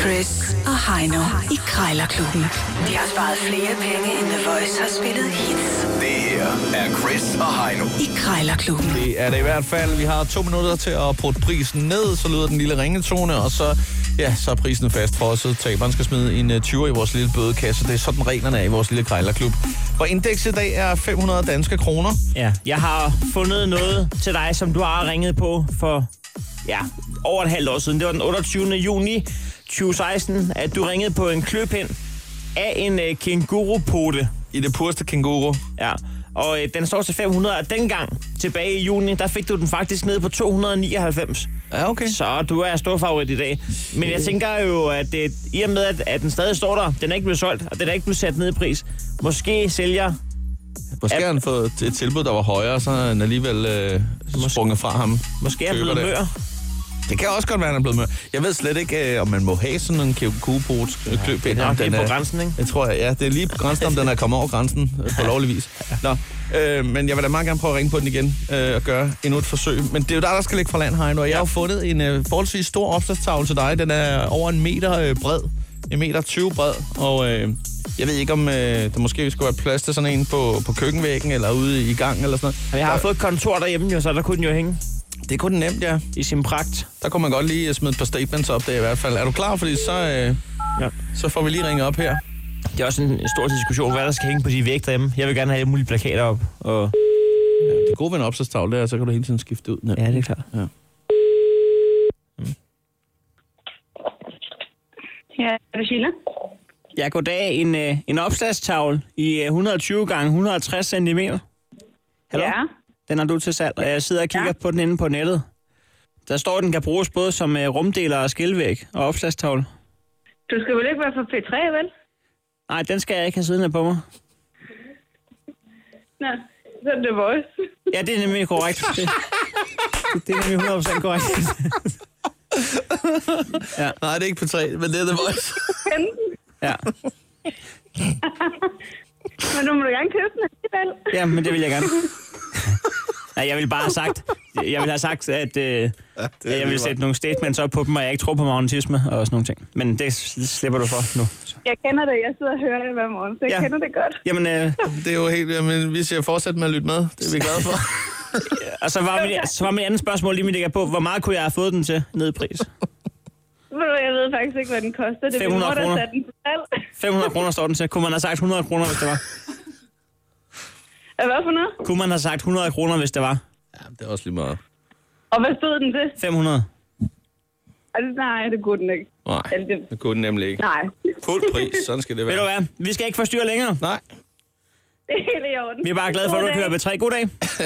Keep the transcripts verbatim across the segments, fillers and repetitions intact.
Chris og Heino i Krejlerklubben. De har sparet flere penge, end The Voice har spillet hits. Det her er Chris og Heino i Krejlerklubben. Det er det i hvert fald. Vi har to minutter til at putte prisen ned, så lyder den lille ringetone, og så, ja, så er prisen fast for os. Taberen skal smide en tyver i vores lille bødekasse. Det er sådan reglerne er i vores lille Krejlerklub. Hvor indeks i dag er fem hundrede danske kroner. Ja, jeg har fundet noget til dig, som du har ringet på for ja, over et halvt år siden. Det var den otteogtyvende juni tyve seksten, at du ringede på en kløpind af en uh, kængurupote. I det pureste kænguru. Ja, og uh, den står til fem hundrede, og dengang tilbage i juni, der fik du den faktisk ned på to hundrede nioghalvfems. Ja, okay. Så du er stor favorit i dag. Men jeg tænker jo, at det, i og med, at, at den stadig står der, den er ikke blevet solgt, og den er ikke blevet sat ned i pris. Måske sælger... Måske har han fået et tilbud, der var højere, så er han alligevel øh, sprunget fra ham. Måske er han blevet mør. Det kan også godt være, at han er blevet mør. Jeg ved slet ikke, øh, om man må have sådan en kænguru-pote. Ja, det er nok lige på grænsen, ikke? Jeg tror, ja, det er lige på grænsen, om den er kommet over grænsen øh, på lovlig vis. Nå, øh, men jeg vil da meget gerne prøve at ringe på den igen øh, og gøre endnu et forsøg. Men det er jo der, der skal ligge fra land, Heino. Og jeg har jo fundet en øh, forholdsvis stor opslagstavle til dig. Den er over en meter øh, bred. En meter tyve bred. Og øh, jeg ved ikke, om øh, der måske skulle være plads til sådan en på, på køkkenvæggen eller ude i gang eller sådan noget. Jeg har der, fået et kontor derhjemme, jo, så der kunne den jo hænge. Det kunne den nemt, ja. I sin pragt. Der kunne man godt lige smide et par statements op der i hvert fald. Er du klar? Fordi så, øh, ja. så får vi lige ringet op her. Det er også en, en stor diskussion, hvad der skal hænge på de vægge derhjemme. Jeg vil gerne have alle mulige plakater op. Og... Ja, det gode ved en opslagstavle er, så kan du hele tiden skifte ud. Nemt. Ja, det er klart. Ja. Mm. Ja, er det Sheila? Ja, goddag. En, øh, en opslagstavle i et hundrede og tyve gange et hundrede og tres centimeter. Hallo? Ja. Den har du til salg, og jeg sidder og kigger ja. på den inde på nettet. Der står, at den kan bruges både som uh, rumdeler og skilvæg og opslagstavle. Du skal vel ikke være for P tre, vel? Nej, den skal jeg ikke have siddende på mig. Nå, så er det The Voice. Ja, det er nemlig korrekt. Det, det er nemlig hundrede procent korrekt. Ja. Nej, det er ikke P tre, men det er The Voice. Ja. Men du må gerne købe den alligevel. Ja, men det vil jeg gerne. Nej, jeg vil bare have sagt, jeg vil have sagt, at øh, ja, jeg vil sætte nogle statements op på dem, og jeg ikke tror på magnetisme og sådan nogle ting. Men det slipper du for nu. Jeg kender det. Jeg sidder og hører det hver morgen, så jeg ja. kender det godt. Jamen, øh, det er jo helt... Jamen, vi siger fortsæt med at lytte med. Det er vi glade for. Og så var, mit, så var mit andet spørgsmål lige mit ikke på, hvor meget kunne jeg have fået den til ned i pris? Jeg ved faktisk ikke, hvad den koster. Det er min mor, der satte den på salg. fem hundrede kroner står den til. Kunne man have sagt hundrede kroner, hvis det var? Hvad for noget? Kunne man have sagt hundrede kroner, hvis det var? Ja, det er også lige meget. Og hvad stod den til? fem hundrede. Altså, nej, det kunne den ikke. Nej, det kunne den nemlig ikke. Nej. Fuld pris, sådan skal det være. Ved du hvad? Vi skal ikke forstyrre længere. Nej. Det er helt i orden. Vi er bare glade for, at du kører med tre. God dag.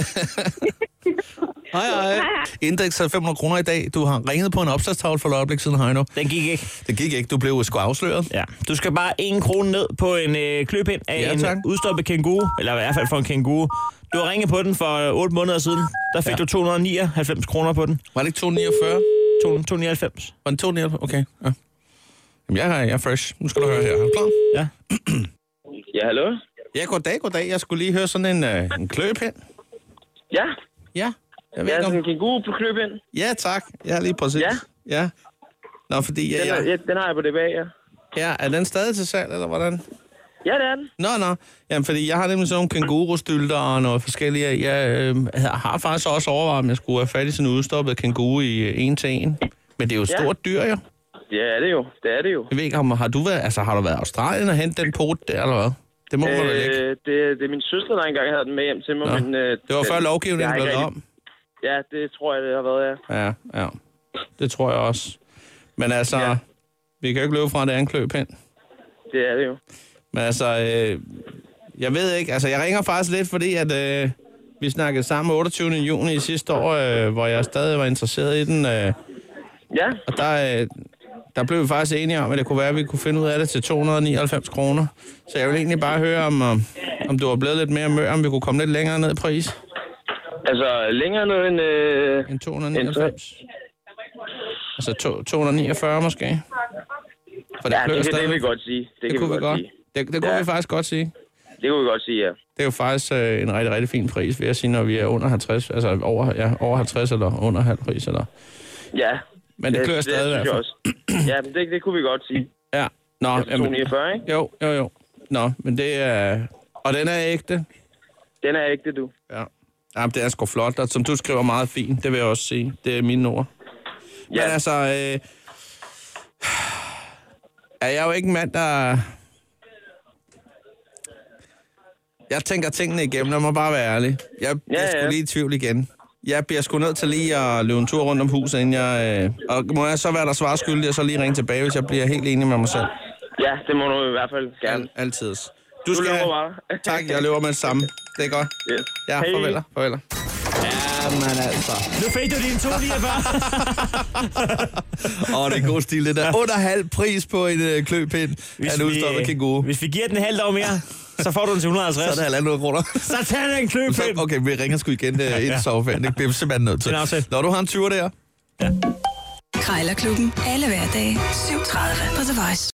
Hej, hej. Indeks er fem hundrede kroner i dag. Du har ringet på en opslagstavle for et øjeblik siden, Heino. Den gik ikke. Den gik ikke. Du blev sgu afsløret. Ja. Du skal bare en krone ned på en øh, kløpind af ja, en udstoppet kænguru. Eller i hvert fald for en kænguru. Du har ringet på den for otte måneder siden. Der fik ja. du to hundrede nioghalvfems kroner på den. Var det ikke to hundrede niogfyrre? to hundrede nioghalvfems. Var det to hundrede nioghalvfems? Okay. Ja. Jamen, jeg er, jeg er fresh. Nu skal du høre her. Er du klar? Ja. Ja, hallo? Ja, goddag, goddag. Jeg skulle lige høre sådan en, øh, en kløpind. Ja. Ja. Jeg ved ja, ikke, om... sådan en kænguru på kløpind. Ja, tak. Ja, lige præcis. Ja. Ja. Nå, fordi... Ja, den, er, ja. ja, den har jeg på det bag, ja. Ja, er den stadig til salg, eller hvordan? Ja, det er den. Nå, nå. Jamen, fordi jeg har nemlig sådan nogle kængurustylter og noget forskellige. Jeg øh, har faktisk også overvejet, om jeg skulle have fat i sådan en udstoppet kænguru i en til en. Men det er jo et ja. stort dyr, jo. Ja, det er jo. Det er det jo. Jeg ved ikke, har du været, altså, har du været i Australien og hentet den pote der, eller hvad? Det må øh, man vel ikke? Det, det er min søster, der engang havde den med hjem til mig. Men, øh, det var før lovgivningen blev rigtig... om. Ja, det tror jeg, det har været, ja. Ja, ja. Det tror jeg også. Men altså, ja. vi kan jo ikke løbe fra, at det er en kløpind. Det er det jo. Men altså, øh, jeg ved ikke, altså jeg ringer faktisk lidt, fordi at øh, vi snakkede sammen otteogtyvende juni i sidste år, øh, hvor jeg stadig var interesseret i den. Øh, ja. Og der, øh, der blev vi faktisk enige om, at det kunne være, at vi kunne finde ud af det til to hundrede nioghalvfems kroner. Så jeg vil egentlig bare høre, om, om, om du var blevet lidt mere mør, om vi kunne komme lidt længere ned i pris. Altså længere ned end... Øh, end to hundrede nioghalvfems? End... Altså to, to hundrede niogfyrre måske? For det, ja, det, det kan vi godt sige. Det, det kan kunne vi godt sige. Det, det kunne ja. vi faktisk godt sige. Det kunne vi godt sige, ja. Det er jo faktisk øh, en rigtig, rigtig fin pris, vil jeg sige, når vi er under halvtreds, altså over, ja, over halvtreds eller under halv pris, eller... Ja. Men det, det klør stadig i hvert fald. Ja, men det, det kunne vi godt sige. Ja. Nå, to niogfyrre, ikke? Jo, jo, jo. Nå, men det er... Og den er ægte? Den er ægte, du. Ja. Jamen, det er sgu flot, og som du skriver meget fint, det vil jeg også sige. Det er mine ord. Ja. Men altså... Øh... Er jeg jo ikke en mand, der... Jeg tænker tingene igennem, lad mig bare være ærlig. Jeg bliver ja, ja. sgu lige i tvivl igen. Jeg bliver sgu nødt til lige at løbe en tur rundt om huset, inden jeg... Øh... Og må jeg så være der svarskyldig, og så lige ringe tilbage, hvis jeg bliver helt enig med mig selv? Ja, det må du i hvert fald gerne. Al- altid. Du, du skal... løber bare. Tak, jeg løber med det samme. Det er godt. Yes. Ja, hey. farvel. Farvel. Ja, men altså. Nu fik du dine to niogfyrre. Åh, oh, det er god stil, det der. Under halv pris på en øh, kløpind af en udstoppet kænguru. Hvis vi giver den en halvt år mere, så får du den til et hundrede og halvtreds. Så er det halvandet kroner. Så tager den en kløpind. Okay, vi ringer sgu igen øh, inden sommerferien. Det bliver simpelthen nødt til. Når du har en tyver der. Ja. Krejlerklubben. Alle hverdage. syv tredive på The Voice.